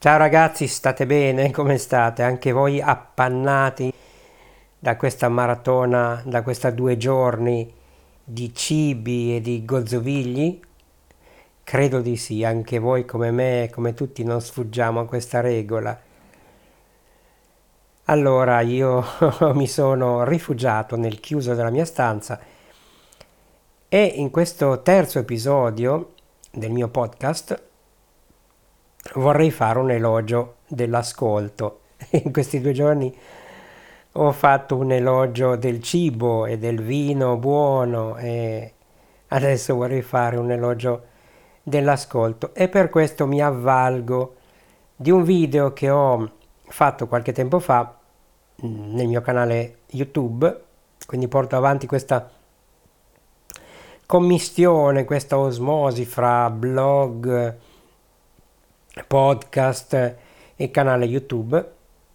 Ciao ragazzi, state bene? Come state? Anche voi appannati da questa maratona, da questi 2 giorni di cibi e di gozzovigli? Credo di sì, anche voi come me, come tutti, non sfuggiamo a questa regola. Allora io mi sono rifugiato nel chiuso della mia stanza e in questo terzo episodio del mio podcast vorrei fare un elogio dell'ascolto. In questi 2 giorni ho fatto un elogio del cibo e del vino buono e adesso vorrei fare un elogio dell'ascolto e per questo mi avvalgo di un video che ho fatto qualche tempo fa nel mio canale YouTube, quindi porto avanti questa commistione, questa osmosi fra blog, podcast e canale YouTube.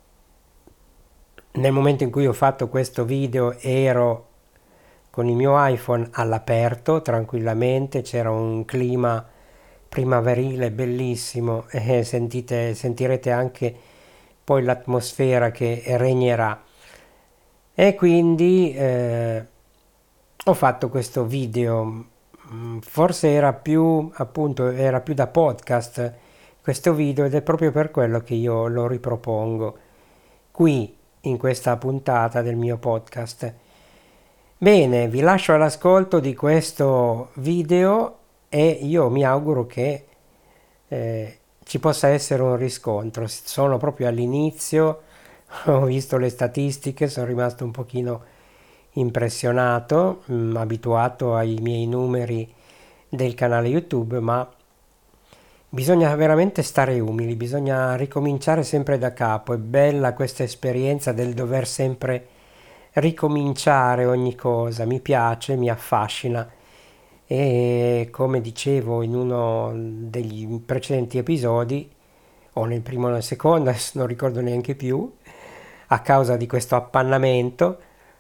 Nel momento in cui ho fatto questo video ero con il mio iPhone all'aperto tranquillamente, c'era un clima primaverile bellissimo e sentirete anche poi l'atmosfera che regnerà. E quindi ho fatto questo video, forse era più da podcast questo video ed è proprio per quello che io lo ripropongo qui in questa puntata del mio podcast. Bene, vi lascio all'ascolto di questo video e io mi auguro che ci possa essere un riscontro. Sono proprio all'inizio, ho visto le statistiche, sono rimasto un pochino impressionato, abituato ai miei numeri del canale YouTube, ma bisogna veramente stare umili, bisogna ricominciare sempre da capo. È bella questa esperienza del dover sempre ricominciare ogni cosa, mi piace, mi affascina e come dicevo in uno degli precedenti episodi, o nel primo o nel secondo, adesso non ricordo neanche più, a causa di questo appannamento,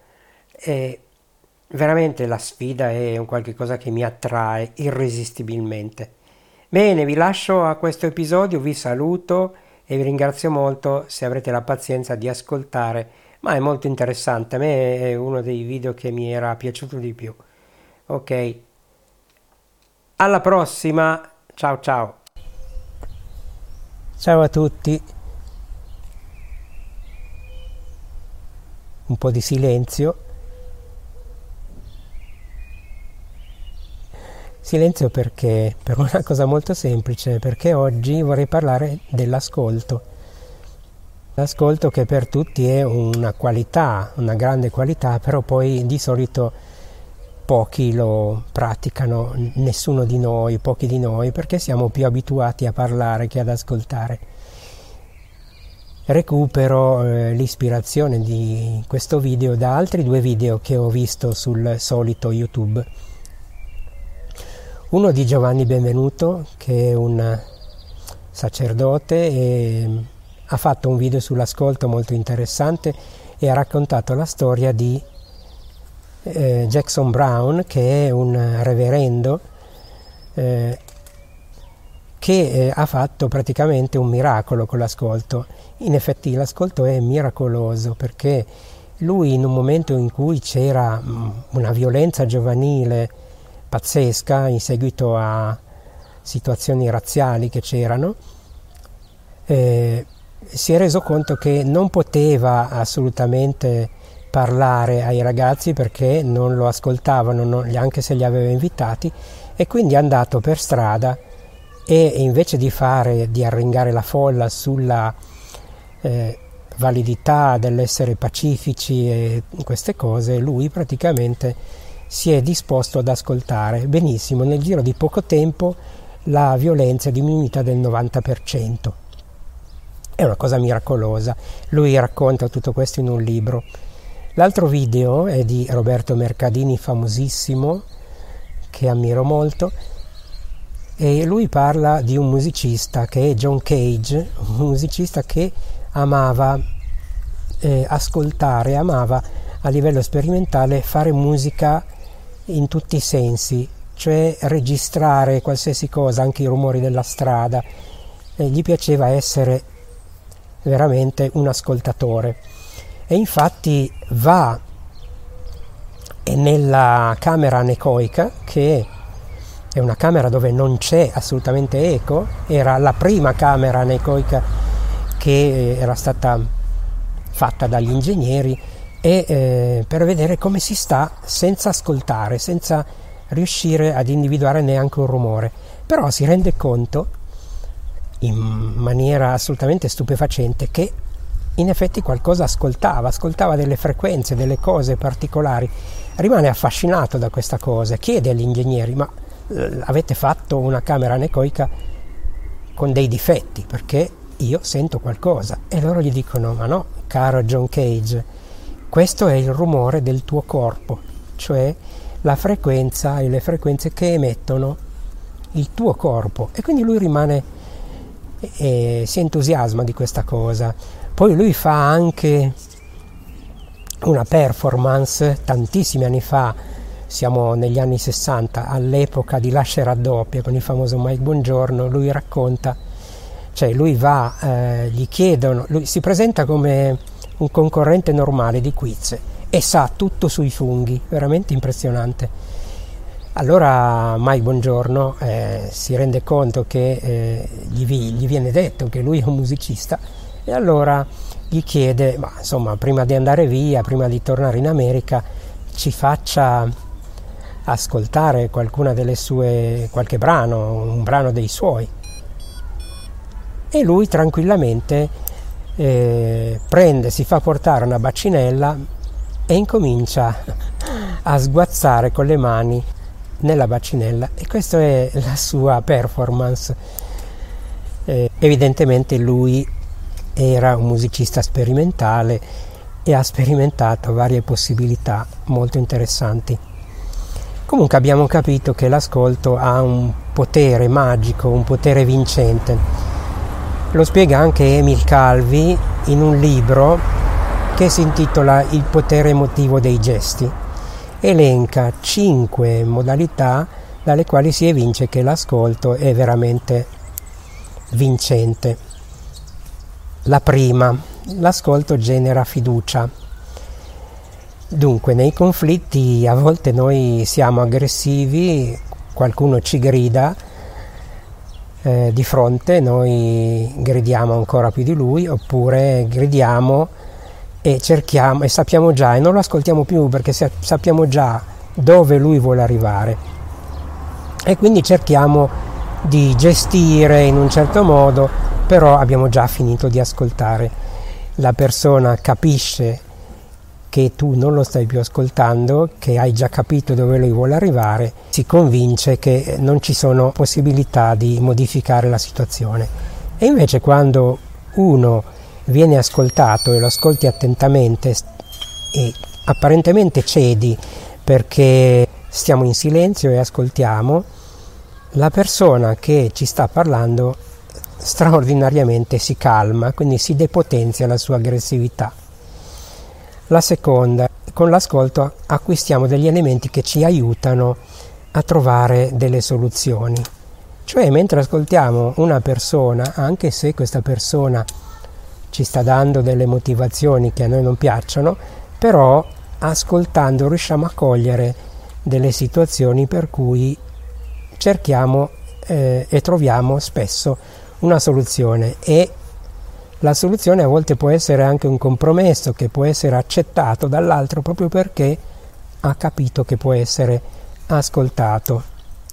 veramente la sfida è un qualche cosa che mi attrae irresistibilmente. Bene, vi lascio a questo episodio, vi saluto e vi ringrazio molto se avrete la pazienza di ascoltare, ma è molto interessante, a me è uno dei video che mi era piaciuto di più. Ok, alla prossima, ciao ciao. Ciao a tutti. Un po' di silenzio. Silenzio perché? Per una cosa molto semplice, perché oggi vorrei parlare dell'ascolto. L'ascolto che per tutti è una qualità, una grande qualità, però poi di solito pochi lo praticano, nessuno di noi, pochi di noi, perché siamo più abituati a parlare che ad ascoltare. Recupero l'ispirazione di questo video da altri 2 video che ho visto sul solito YouTube. Uno di Giovanni Benvenuto, che è un sacerdote e ha fatto un video sull'ascolto molto interessante e ha raccontato la storia di Jackson Brown, che è un reverendo che ha fatto praticamente un miracolo con l'ascolto. In effetti l'ascolto è miracoloso perché lui, in un momento in cui c'era una violenza giovanile pazzesca in seguito a situazioni razziali che c'erano, si è reso conto che non poteva assolutamente parlare ai ragazzi perché non lo ascoltavano, anche se li aveva invitati, e quindi è andato per strada e invece di arringare la folla sulla validità dell'essere pacifici e queste cose, lui praticamente si è disposto ad ascoltare. Benissimo, nel giro di poco tempo la violenza è diminuita del 90%. È una cosa miracolosa. Lui racconta tutto questo in un libro. L'altro video è di Roberto Mercadini, famosissimo, che ammiro molto, e lui parla di un musicista che è John Cage, un musicista che amava ascoltare, amava a livello sperimentale fare musica in tutti i sensi, cioè registrare qualsiasi cosa, anche i rumori della strada, gli piaceva essere veramente un ascoltatore, e infatti va nella camera anecoica, che è una camera dove non c'è assolutamente eco, era la prima camera anecoica che era stata fatta dagli ingegneri, e per vedere come si sta senza ascoltare, senza riuscire ad individuare neanche un rumore. Però si rende conto in maniera assolutamente stupefacente che in effetti qualcosa ascoltava delle frequenze, delle cose particolari. Rimane affascinato da questa cosa, chiede agli ingegneri: ma avete fatto una camera anecoica con dei difetti, perché io sento qualcosa? E loro gli dicono: ma no, caro John Cage, questo è il rumore del tuo corpo, cioè la frequenza e le frequenze che emettono il tuo corpo. E quindi lui rimane si entusiasma di questa cosa. Poi lui fa anche una performance tantissimi anni fa, siamo negli anni 60, all'epoca di Lascia raddoppia con il famoso Mike Bongiorno. Lui racconta, cioè lui va, gli chiedono, lui si presenta come un concorrente normale di quiz e sa tutto sui funghi, veramente impressionante. Allora Mike Bongiorno si rende conto che gli viene detto che lui è un musicista, e allora gli chiede: ma insomma, prima di andare via, prima di tornare in America, ci faccia ascoltare qualcuna delle sue, qualche brano, un brano dei suoi. E lui tranquillamente si fa portare una bacinella e incomincia a sguazzare con le mani nella bacinella, e questa è la sua performance. Evidentemente lui era un musicista sperimentale e ha sperimentato varie possibilità molto interessanti. Comunque abbiamo capito che l'ascolto ha un potere magico, un potere vincente. Lo spiega anche Emil Calvi in un libro che si intitola Il potere emotivo dei gesti. Elenca 5 modalità dalle quali si evince che l'ascolto è veramente vincente. La prima: l'ascolto genera fiducia. Dunque, nei conflitti a volte noi siamo aggressivi, qualcuno ci grida di fronte, noi gridiamo ancora più di lui, oppure gridiamo e cerchiamo, e sappiamo già, e non lo ascoltiamo più perché sappiamo già dove lui vuole arrivare, e quindi cerchiamo di gestire in un certo modo, però abbiamo già finito di ascoltare. La persona capisce che tu non lo stai più ascoltando, che hai già capito dove lui vuole arrivare, si convince che non ci sono possibilità di modificare la situazione. E invece quando uno viene ascoltato e lo ascolti attentamente e apparentemente cedi perché stiamo in silenzio e ascoltiamo, la persona che ci sta parlando straordinariamente si calma, quindi si depotenzia la sua aggressività. La seconda: con l'ascolto acquistiamo degli elementi che ci aiutano a trovare delle soluzioni. Cioè, mentre ascoltiamo una persona, anche se questa persona ci sta dando delle motivazioni che a noi non piacciono, però ascoltando riusciamo a cogliere delle situazioni per cui cerchiamo e troviamo spesso una soluzione, e la soluzione a volte può essere anche un compromesso che può essere accettato dall'altro proprio perché ha capito che può essere ascoltato.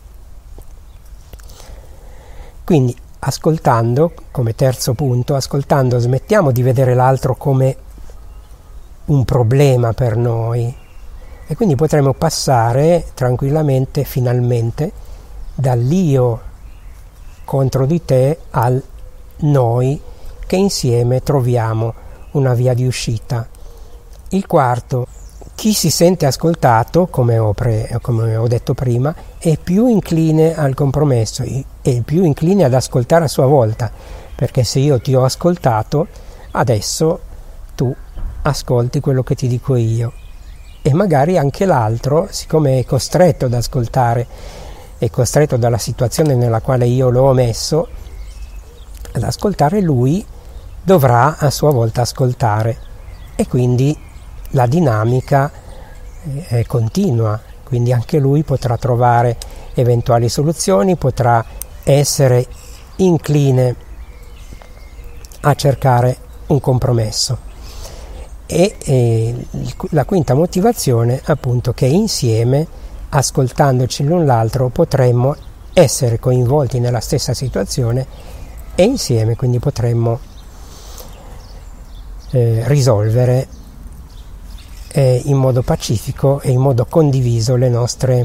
Quindi ascoltando, come terzo punto, ascoltando smettiamo di vedere l'altro come un problema per noi, e quindi potremo passare tranquillamente, finalmente, dall'io contro di te al noi, che insieme troviamo una via di uscita. Il quarto: chi si sente ascoltato, come ho detto prima, è più incline al compromesso, è più incline ad ascoltare a sua volta, perché se io ti ho ascoltato, adesso tu ascolti quello che ti dico io, e magari anche l'altro, siccome è costretto ad ascoltare, è costretto dalla situazione nella quale io l'ho messo, ad ascoltare, lui dovrà a sua volta ascoltare, e quindi la dinamica è continua, quindi anche lui potrà trovare eventuali soluzioni, potrà essere incline a cercare un compromesso. E la quinta motivazione, appunto, che insieme, ascoltandoci l'un l'altro, potremmo essere coinvolti nella stessa situazione e insieme quindi potremmo risolvere in modo pacifico e in modo condiviso i nostri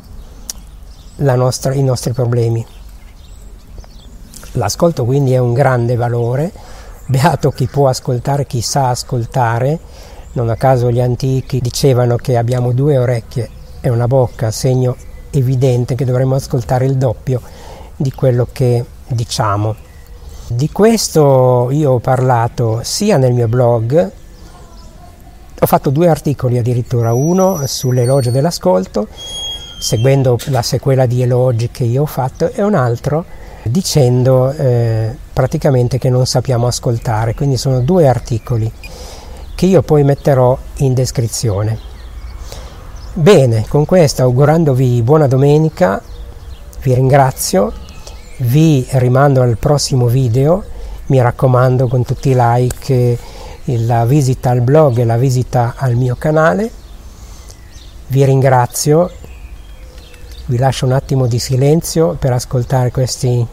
problemi. L'ascolto quindi è un grande valore, beato chi può ascoltare, chi sa ascoltare. Non a caso gli antichi dicevano che abbiamo 2 orecchie e una bocca, segno evidente che dovremmo ascoltare il doppio di quello che diciamo. Di questo io ho parlato sia nel mio blog, ho fatto 2 articoli addirittura, uno sull'elogio dell'ascolto, seguendo la sequela di elogi che io ho fatto, e un altro dicendo praticamente che non sappiamo ascoltare. Quindi sono 2 articoli che io poi metterò in descrizione. Bene, con questo, augurandovi buona domenica, vi ringrazio, vi rimando al prossimo video, mi raccomando, con tutti i like, la visita al blog e la visita al mio canale. Vi ringrazio, vi lascio un attimo di silenzio per ascoltare questi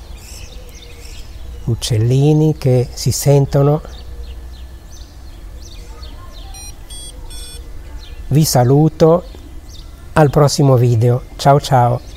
uccellini che si sentono. Vi saluto, al prossimo video, ciao ciao.